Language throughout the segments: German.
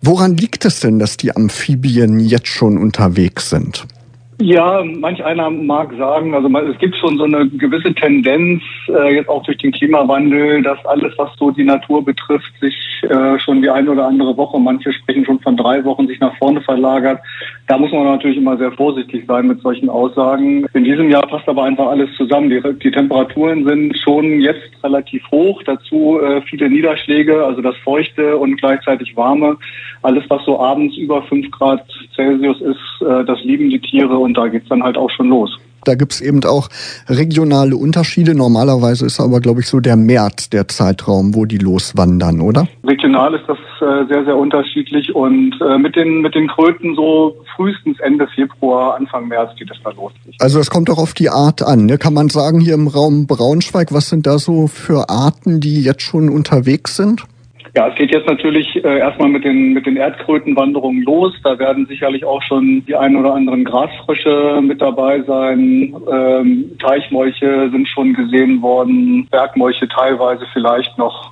Woran liegt es denn, dass die Amphibien jetzt schon unterwegs sind? Ja, manch einer mag sagen, also es gibt schon so eine gewisse Tendenz, jetzt auch durch den Klimawandel, dass alles, was so die Natur betrifft, sich schon die eine oder andere Woche, manche sprechen schon von 3 Wochen, sich nach vorne verlagert. Da muss man natürlich immer sehr vorsichtig sein mit solchen Aussagen. In diesem Jahr passt aber einfach alles zusammen. Die Temperaturen sind schon jetzt relativ hoch, dazu viele Niederschläge, also das Feuchte und gleichzeitig Warme. Alles, was so abends über 5 Grad Celsius ist, das lieben die Tiere und da geht's dann halt auch schon los. Da gibt's eben auch regionale Unterschiede. Normalerweise ist aber, glaube ich, so der März der Zeitraum, wo die loswandern, oder? Regional ist das sehr, sehr unterschiedlich und mit den Kröten so frühestens Ende Februar, Anfang März geht es dann los. Also das kommt doch auf die Art an, ne? Kann man sagen, hier im Raum Braunschweig, was sind da so für Arten, die jetzt schon unterwegs sind? Ja, es geht jetzt natürlich erstmal mit den Erdkrötenwanderungen los. Da werden sicherlich auch schon die ein oder anderen Grasfrösche mit dabei sein. Teichmolche sind schon gesehen worden, Bergmolche teilweise vielleicht noch,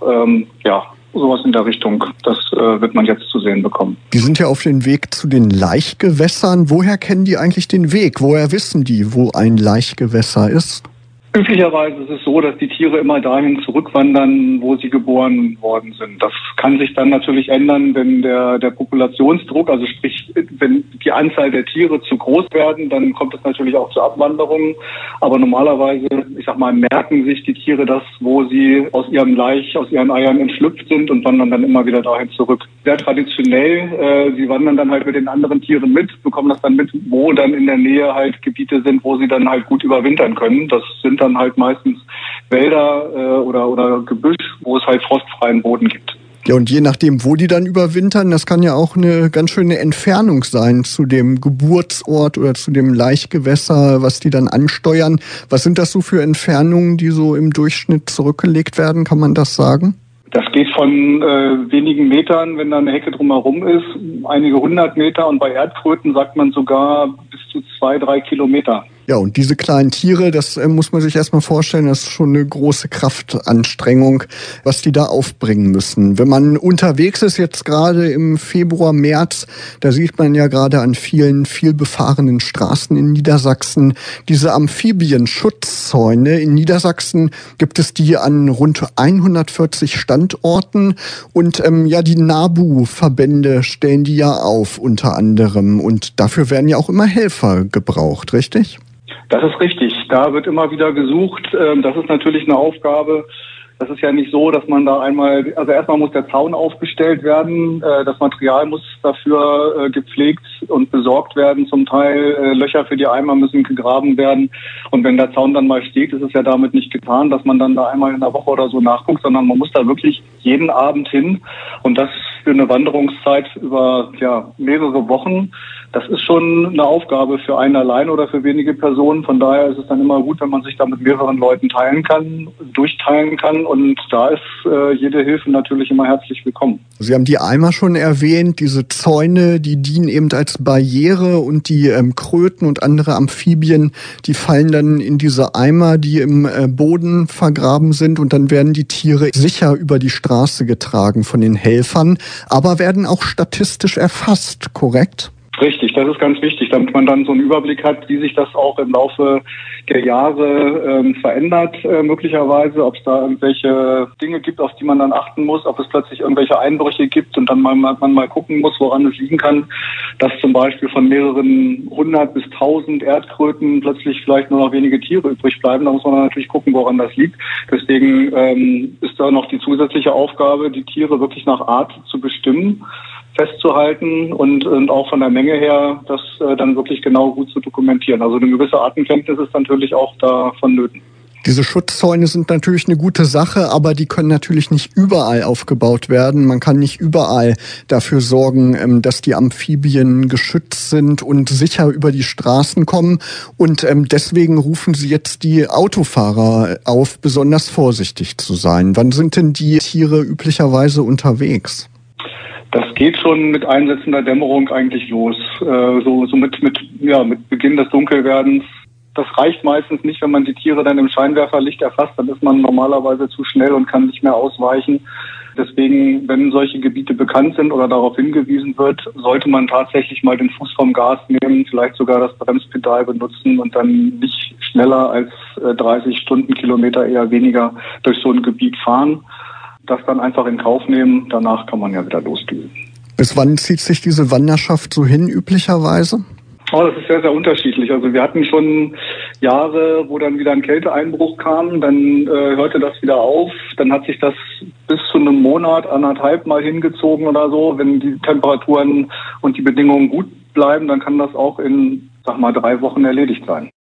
sowas in der Richtung. Das wird man jetzt zu sehen bekommen. Die sind ja auf dem Weg zu den Laichgewässern. Woher kennen die eigentlich den Weg? Woher wissen die, wo ein Laichgewässer ist? Üblicherweise ist es so, dass die Tiere immer dahin zurückwandern, wo sie geboren worden sind. Das kann sich dann natürlich ändern, wenn der Populationsdruck, also sprich, wenn die Anzahl der Tiere zu groß werden, dann kommt es natürlich auch zu Abwanderungen. Aber normalerweise, merken sich die Tiere das, wo sie aus ihrem Laich, aus ihren Eiern entschlüpft sind und wandern dann immer wieder dahin zurück. Sehr traditionell, sie wandern dann halt mit den anderen Tieren mit, bekommen das dann mit, wo dann in der Nähe halt Gebiete sind, wo sie dann halt gut überwintern können. Das sind dann halt meistens Wälder oder Gebüsch, wo es halt frostfreien Boden gibt. Ja, und je nachdem, wo die dann überwintern, das kann ja auch eine ganz schöne Entfernung sein zu dem Geburtsort oder zu dem Laichgewässer, was die dann ansteuern. Was sind das so für Entfernungen, die so im Durchschnitt zurückgelegt werden? Kann man das sagen? Das geht von wenigen Metern, wenn da eine Hecke drumherum ist, einige 100 Meter und bei Erdkröten sagt man sogar bis zu 2-3 Kilometer. Ja, und diese kleinen Tiere, das muss man sich erstmal vorstellen, das ist schon eine große Kraftanstrengung, was die da aufbringen müssen. Wenn man unterwegs ist, jetzt gerade im Februar, März, da sieht man ja gerade an vielen vielbefahrenen Straßen in Niedersachsen diese Amphibienschutzzäune. In Niedersachsen gibt es die an rund 140 Standorten und die NABU-Verbände stellen die ja auf unter anderem und dafür werden ja auch immer Helfer gebraucht, richtig? Das ist richtig. Da wird immer wieder gesucht. Das ist natürlich eine Aufgabe. Das ist ja nicht so, dass man da erstmal muss der Zaun aufgestellt werden. Das Material muss dafür gepflegt und besorgt werden. Zum Teil Löcher für die Eimer müssen gegraben werden. Und wenn der Zaun dann mal steht, ist es ja damit nicht getan, dass man dann da einmal in der Woche oder so nachguckt, sondern man muss da wirklich jeden Abend hin. Und das für eine Wanderungszeit über mehrere Wochen. Das ist schon eine Aufgabe für einen allein oder für wenige Personen. Von daher ist es dann immer gut, wenn man sich da mit mehreren Leuten durchteilen kann. Und da ist jede Hilfe natürlich immer herzlich willkommen. Sie haben die Eimer schon erwähnt, diese Zäune, die dienen eben als Barriere und die Kröten und andere Amphibien, die fallen dann in diese Eimer, die im Boden vergraben sind und dann werden die Tiere sicher über die Straße getragen von den Helfern, aber werden auch statistisch erfasst, korrekt? Richtig, das ist ganz wichtig, damit man dann so einen Überblick hat, wie sich das auch im Laufe der Jahre verändert möglicherweise, ob es da irgendwelche Dinge gibt, auf die man dann achten muss, ob es plötzlich irgendwelche Einbrüche gibt und dann man mal gucken muss, woran es liegen kann, dass zum Beispiel von mehreren 100 bis 1000 Erdkröten plötzlich vielleicht nur noch wenige Tiere übrig bleiben. Da muss man dann natürlich gucken, woran das liegt. Deswegen ist da noch die zusätzliche Aufgabe, die Tiere wirklich nach Art zu bestimmen, festzuhalten und auch von der Menge her das dann wirklich genau gut zu dokumentieren. Also eine gewisse Artenkenntnis ist natürlich auch da vonnöten. Diese Schutzzäune sind natürlich eine gute Sache, aber die können natürlich nicht überall aufgebaut werden. Man kann nicht überall dafür sorgen, dass die Amphibien geschützt sind und sicher über die Straßen kommen. Und deswegen rufen Sie jetzt die Autofahrer auf, besonders vorsichtig zu sein. Wann sind denn die Tiere üblicherweise unterwegs? Das geht schon mit einsetzender Dämmerung eigentlich los. So mit Beginn des Dunkelwerdens. Das reicht meistens nicht, wenn man die Tiere dann im Scheinwerferlicht erfasst. Dann ist man normalerweise zu schnell und kann nicht mehr ausweichen. Deswegen, wenn solche Gebiete bekannt sind oder darauf hingewiesen wird, sollte man tatsächlich mal den Fuß vom Gas nehmen, vielleicht sogar das Bremspedal benutzen und dann nicht schneller als 30 Stundenkilometer, eher weniger durch so ein Gebiet fahren. Das dann einfach in Kauf nehmen, danach kann man ja wieder losdüsen. Bis wann zieht sich diese Wanderschaft so hin, üblicherweise? Oh, das ist sehr, sehr unterschiedlich. Also wir hatten schon Jahre, wo dann wieder ein Kälteeinbruch kam, dann hörte das wieder auf. Dann hat sich das bis zu einem Monat, 1,5 Mal hingezogen oder so. Wenn die Temperaturen und die Bedingungen gut bleiben, dann kann das auch in, 3 Wochen erledigt sein.